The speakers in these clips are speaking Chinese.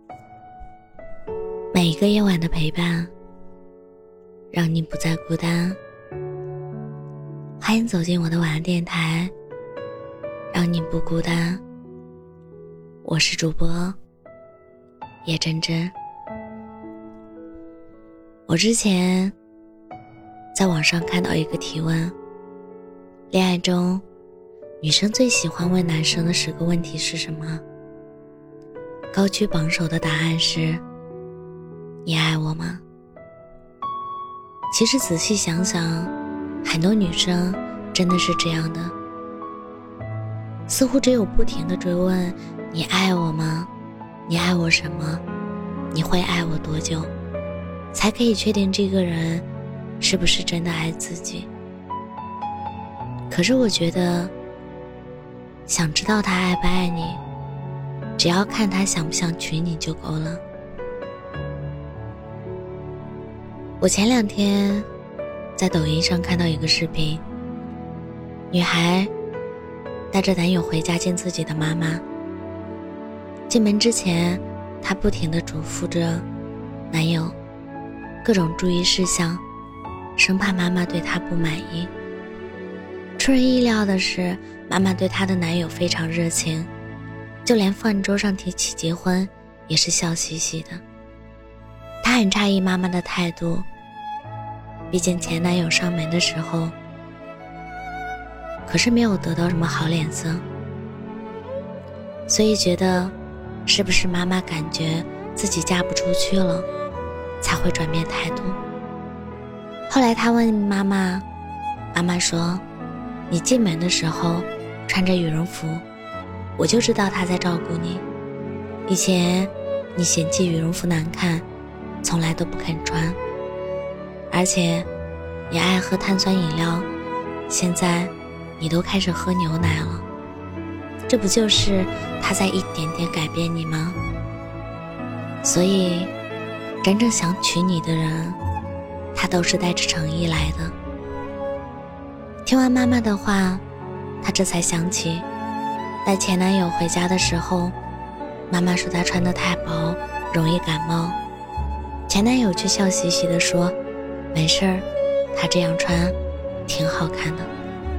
每一个夜晚的陪伴，让你不再孤单。欢迎走进我的晚安电台，让你不孤单。我是主播叶真真。我之前在网上看到一个提问，恋爱中女生最喜欢问男生的10个问题是什么？高居榜首的答案是：你爱我吗？其实仔细想想，很多女生真的是这样的，似乎只有不停地追问你爱我吗？你爱我什么？你会爱我多久？才可以确定这个人是不是真的爱自己。可是我觉得，想知道他爱不爱你，只要看他想不想娶你就够了。我前2天在抖音上看到一个视频，女孩带着男友回家见自己的妈妈。进门之前，她不停地嘱咐着男友各种注意事项，生怕妈妈对她不满意。出人意料的是，妈妈对她的男友非常热情，就连饭桌上提起结婚也是笑嘻嘻的。她很诧异妈妈的态度，毕竟前男友上门的时候可是没有得到什么好脸色，所以觉得是不是妈妈感觉自己嫁不出去了才会转变态度。后来她问妈妈，妈妈说，你进门的时候穿着羽绒服，我就知道他在照顾你。以前你嫌弃羽绒服难看，从来都不肯穿，而且你爱喝碳酸饮料，现在你都开始喝牛奶了，这不就是他在一点点改变你吗？所以真正想娶你的人，他都是带着诚意来的。听完妈妈的话，她这才想起带前男友回家的时候，妈妈说他穿得太薄，容易感冒。前男友却笑嘻嘻地说，没事儿，他这样穿挺好看的。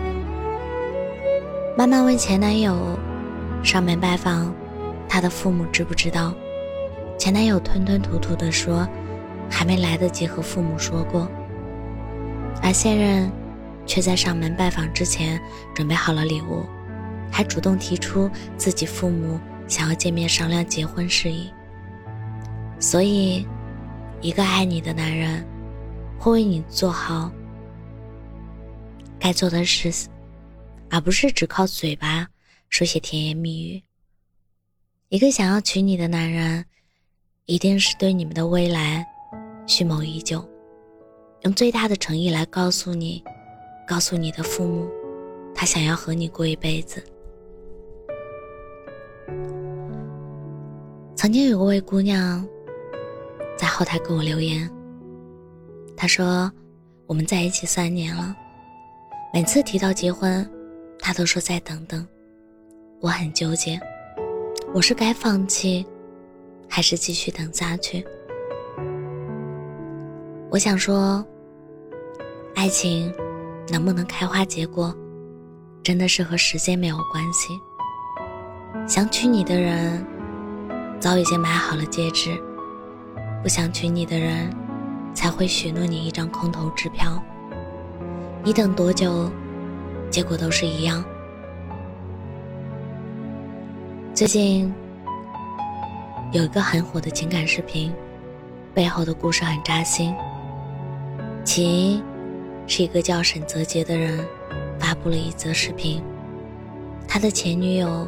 妈妈问前男友上门拜访他的父母知不知道，前男友吞吞吐吐地说还没来得及和父母说过，而现任却在上门拜访之前准备好了礼物，还主动提出自己父母想要见面商量结婚事宜。所以一个爱你的男人会为你做好该做的事，而不是只靠嘴巴说些甜言蜜语。一个想要娶你的男人一定是对你们的未来蓄谋已久，用最大的诚意来告诉你的父母，他想要和你过一辈子。曾经有位姑娘在后台给我留言，她说我们在一起3年了，每次提到结婚她都说再等等。我很纠结，我是该放弃还是继续等下去？我想说，爱情能不能开花结果，真的是和时间没有关系。想娶你的人早已经买好了戒指，不想娶你的人才会许诺你一张空头支票。你等多久，结果都是一样。最近有一个很火的情感视频，背后的故事很扎心。起因是一个叫沈泽杰的人发布了一则视频，他的前女友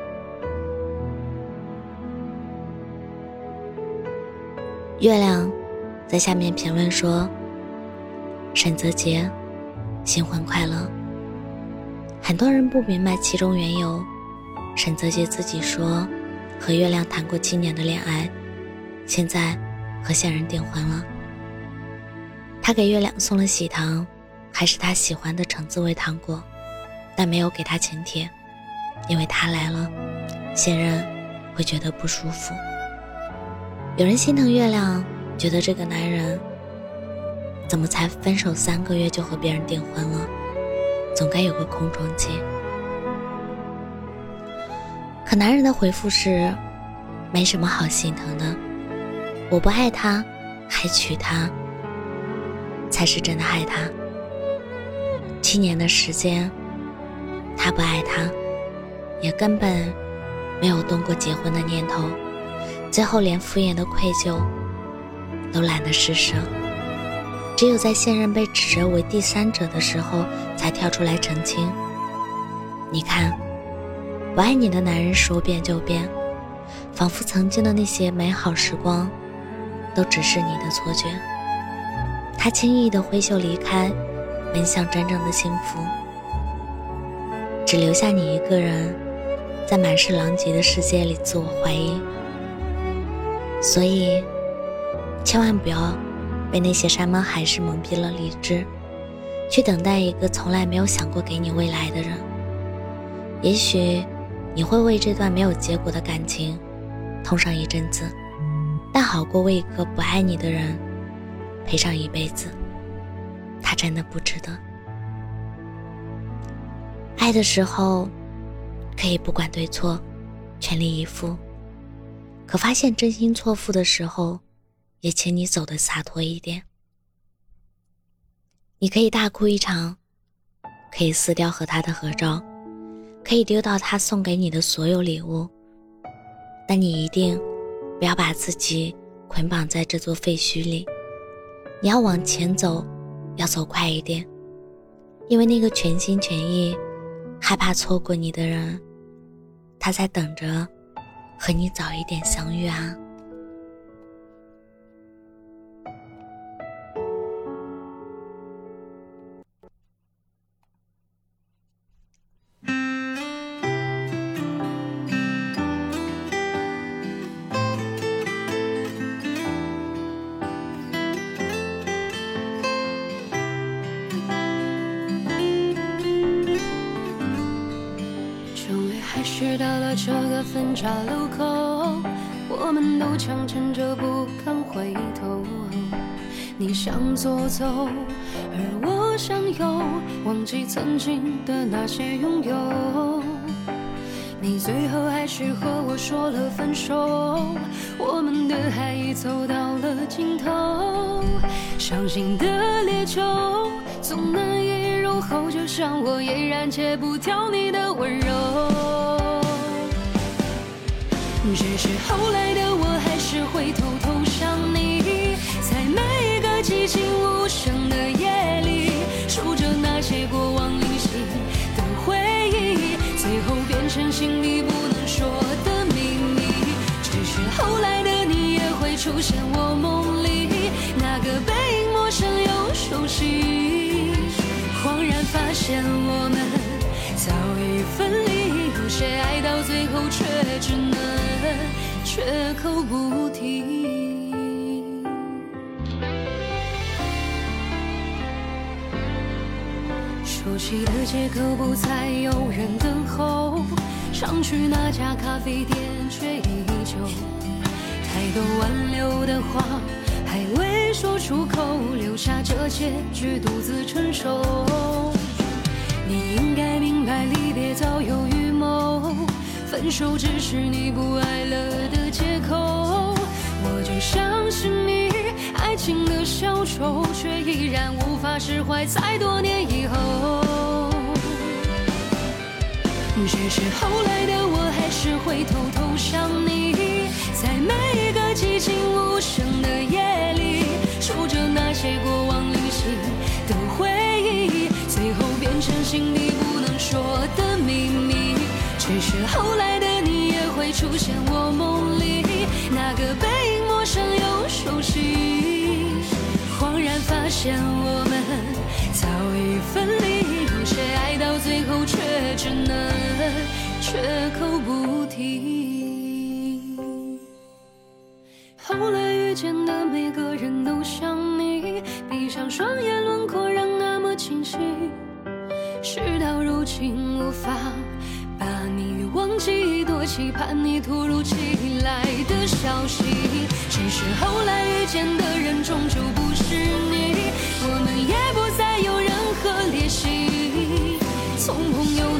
月亮在下面评论说，沈泽杰新婚快乐。很多人不明白其中缘由，沈泽杰自己说和月亮谈过7年的恋爱，现在和现任订婚了。他给月亮送了喜糖，还是他喜欢的橙子味糖果，但没有给他请帖，因为他来了，现任会觉得不舒服。 有人心疼月亮，觉得这个男人怎么才分手3个月就和别人订婚了，总该有个空窗期。可男人的回复是，没什么好心疼的，我不爱他还娶她，才是真的爱他。7年的时间，他不爱他，也根本没有动过结婚的念头，最后连敷衍的愧疚都懒得施舍，只有在现任被指责为第三者的时候才跳出来澄清。你看，不爱你的男人说变就变，仿佛曾经的那些美好时光都只是你的错觉。他轻易地挥袖离开，奔向真正的幸福，只留下你一个人在满是狼藉的世界里自我怀疑。所以千万不要被那些山盟海誓蒙蔽了理智，去等待一个从来没有想过给你未来的人。也许你会为这段没有结果的感情痛上一阵子，但好过为一个不爱你的人赔上一辈子，他真的不值得。爱的时候可以不管对错，全力以赴，可发现真心错付的时候，也请你走得洒脱一点。你可以大哭一场，可以撕掉和他的合照，可以丢掉他送给你的所有礼物，但你一定不要把自己捆绑在这座废墟里。你要往前走，要走快一点，因为那个全心全意害怕错过你的人，他在等着和你早一点相遇啊。 还是到了这个分岔路口，我们都强撑着不敢回头。你向左走，而我向右，忘记曾经的那些拥有。你最后还是和我说了分手，我们的爱已走到了尽头。伤心的烈酒总难以入喉，就像我也染戒不掉你的温柔。只是后来的我还是会偷偷想你，在每一个寂静无声的夜里，数着那些过往零星的回忆，最后变成心里不能说的秘密。只是后来的你也会出现我梦里，那个背影陌生又熟悉，恍然发现我们早已分离，有些爱到最后却只能绝口不提。熟悉的街口不再有人等候，常去那家咖啡店却依旧，太多挽留的话还未说出口，留下这结局独自承受。你应该明白离别早有预谋，分手只是你不爱了的借口。我就相信你爱情的小丑，却依然无法释怀在多年以后。只是后来的我还是会偷偷想你，在每一个寂静无声的夜里，数着那些过往零星的回忆，最后变成心里不能说的秘密。只是后来的你也会出现我梦里，那个背影陌生又熟悉，恍然发现我们早已分离，有些爱到最后却只能绝口不提。后来遇见的每个人都像你，闭上双眼轮廓仍那么清晰，事到如今无法把你忘记多期盼你突如其来的消息，只是后来遇见的人终究不是你，我们也不再有任何联系，从朋友